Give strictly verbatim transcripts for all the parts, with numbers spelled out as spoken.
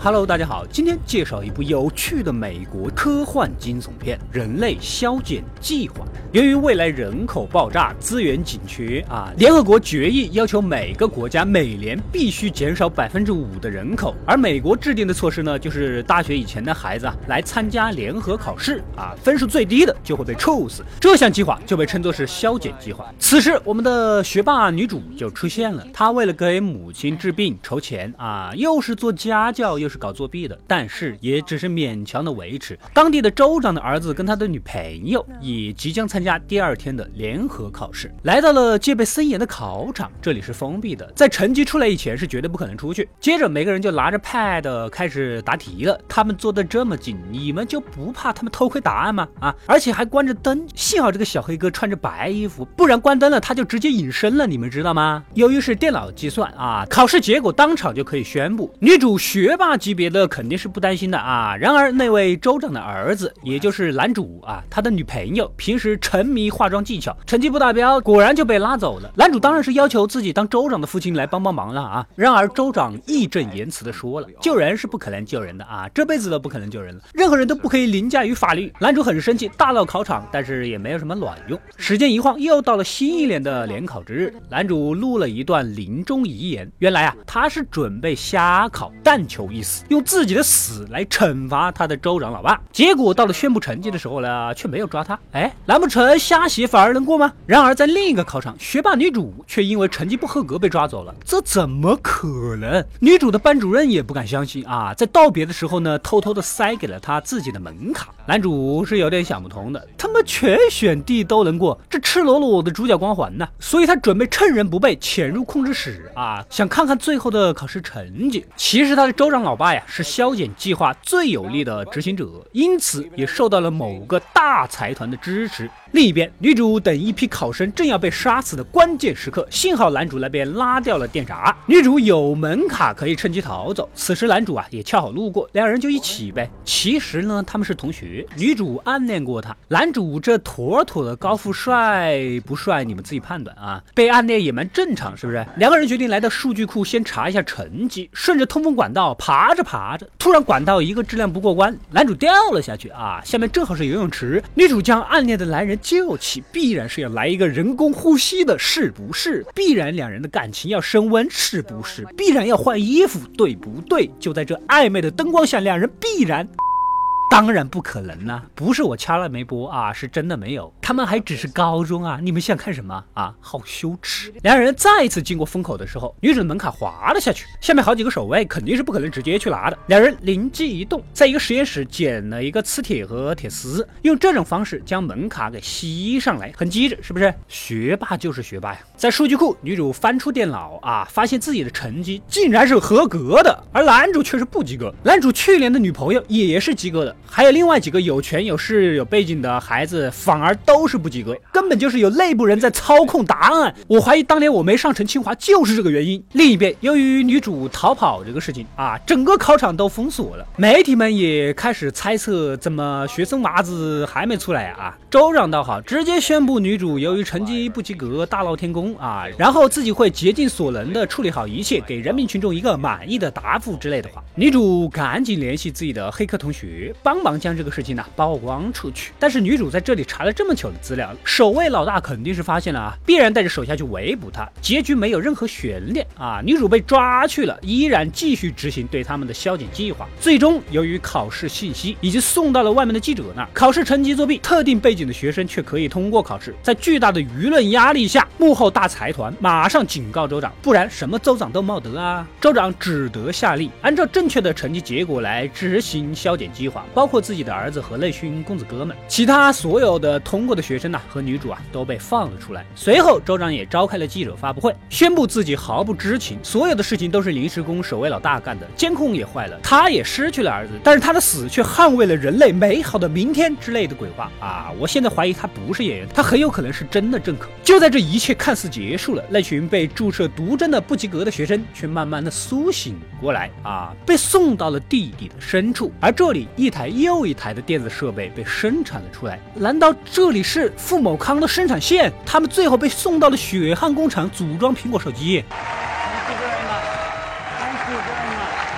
Hello， 大家好，今天介绍一部有趣的美国科幻惊悚片《人类削减计划》。由于未来人口爆炸、资源紧缺啊，联合国决议要求每个国家每年必须减少百分之五的人口，而美国制定的措施呢，就是大学以前的孩子啊来参加联合考试啊，分数最低的就会被处死。这项计划就被称作是削减计划。此时，我们的学霸女主就出现了，她为了给母亲治病筹钱啊，又是做家教，又是搞作弊的，但是也只是勉强的维持。当地的州长的儿子跟他的女朋友也即将参加第二天的联合考试，来到了戒备森严的考场，这里是封闭的，在成绩出来以前是绝对不可能出去。接着每个人就拿着 pad 开始答题了，他们坐得这么近，你们就不怕他们偷窥答案吗？啊，而且还关着灯，幸好这个小黑哥穿着白衣服，不然关灯了他就直接隐身了，你们知道吗？由于是电脑计算啊，考试结果当场就可以宣布。女主学霸级别的肯定是不担心的啊，然而那位州长的儿子，也就是男主啊，他的女朋友平时沉迷化妆技巧，成绩不达标，果然就被拉走了。男主当然是要求自己当州长的父亲来帮帮忙了啊，然而州长义正言辞的说了，救人是不可能救人的啊，这辈子都不可能救人了，任何人都不可以凌驾于法律。男主很生气，大闹考场，但是也没有什么卵用。时间一晃，又到了新一年的联考之日，男主录了一段临终遗言。原来啊，他是准备瞎考，但求一死，用自己的死来惩罚他的州长老爸。结果到了宣布成绩的时候呢，却没有抓他。哎，难不成瞎写反而能过吗？然而在另一个考场，学霸女主却因为成绩不合格被抓走了，这怎么可能？女主的班主任也不敢相信啊，在道别的时候呢，偷偷的塞给了他自己的门卡。男主是有点想不通的，他们全选地都能过，这赤裸裸的主角光环呢，所以他准备趁人不备潜入控制室啊，想看看最后的考试成绩。其实他的州长老爸呀是削减计划最有力的执行者，因此也受到了某个大财团的支持。另一边，女主等一批考生正要被杀死的关键时刻，幸好男主那边拉掉了电闸，女主有门卡可以趁机逃走。此时男主啊也恰好路过，两人就一起呗。其实呢他们是同学，女主暗恋过他，男主这妥妥的高富帅不帅你们自己判断啊，被暗恋也蛮正常是不是？两个人决定来到数据库先查一下成绩，顺着通风管道爬着爬着，突然管道一个质量不过关，男主掉了下去啊，下面正好是游泳池，女主将暗恋的男人救起，必然是要来一个人工呼吸的，是不是？必然两人的感情要升温，是不是？必然要换衣服，对不对？就在这暧昧的灯光下，两人必然当然不可能啊，不是我掐了没播啊，是真的没有，他们还只是高中啊，你们想看什么啊？好羞耻！两人再一次经过风口的时候，女主的门卡滑了下去，下面好几个守卫肯定是不可能直接去拿的。两人灵机一动，在一个实验室捡了一个磁铁和铁丝，用这种方式将门卡给吸上来，很机智是不是？学霸就是学霸呀！在数据库，女主翻出电脑啊，发现自己的成绩竟然是合格的，而男主却是不及格。男主去年的女朋友也是及格的，还有另外几个有权有势有背景的孩子反而都是不及格，根本就是有内部人在操控答案。我怀疑当年我没上成清华就是这个原因。另一边，由于女主逃跑这个事情啊，整个考场都封锁了，媒体们也开始猜测怎么学生娃子还没出来啊。州长倒好，直接宣布女主由于成绩不及格大闹天宫啊，然后自己会竭尽所能的处理好一切，给人民群众一个满意的答复之类的话。女主赶紧联系自己的黑客同学，帮忙将这个事情呢曝光出去。但是女主在这里查了这么久的资料，守卫老大肯定是发现了啊，必然带着手下去围捕他，结局没有任何悬念啊，女主被抓去了，依然继续执行对他们的削减计划。最终由于考试信息已经送到了外面的记者那儿，考试成绩作弊特定背景的学生却可以通过考试。在巨大的舆论压力下，幕后大财团马上警告州长，不然什么州长都冒得啊。州长只得下令按照正确的成绩结果来执行削减计划，包括自己的儿子和那群公子哥们，其他所有的通过的学生呢、啊、和女主啊都被放了出来。随后州长也召开了记者发布会，宣布自己毫不知情，所有的事情都是临时工守卫老大干的，监控也坏了，他也失去了儿子，但是他的死却捍卫了人类美好的明天之类的鬼话啊！我现在怀疑他不是演员，他很有可能是真的政客。就在这一切看似结束了，那群被注射毒针的不及格的学生却慢慢的苏醒过来啊，被送到了地底的深处，而这里一台又一台的电子设备被生产了出来。难道这里是富某康的生产线？他们最后被送到了血汗工厂组装苹果手机。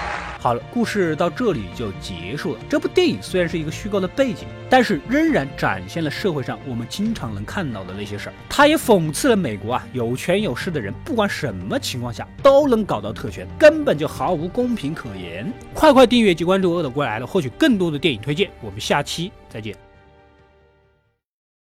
好了，故事到这里就结束了。这部电影虽然是一个虚构的背景，但是仍然展现了社会上我们经常能看到的那些事儿。它也讽刺了美国啊有权有势的人，不管什么情况下都能搞到特权，根本就毫无公平可言。快快订阅及关注恶的过来了，获取更多的电影推荐。我们下期再见。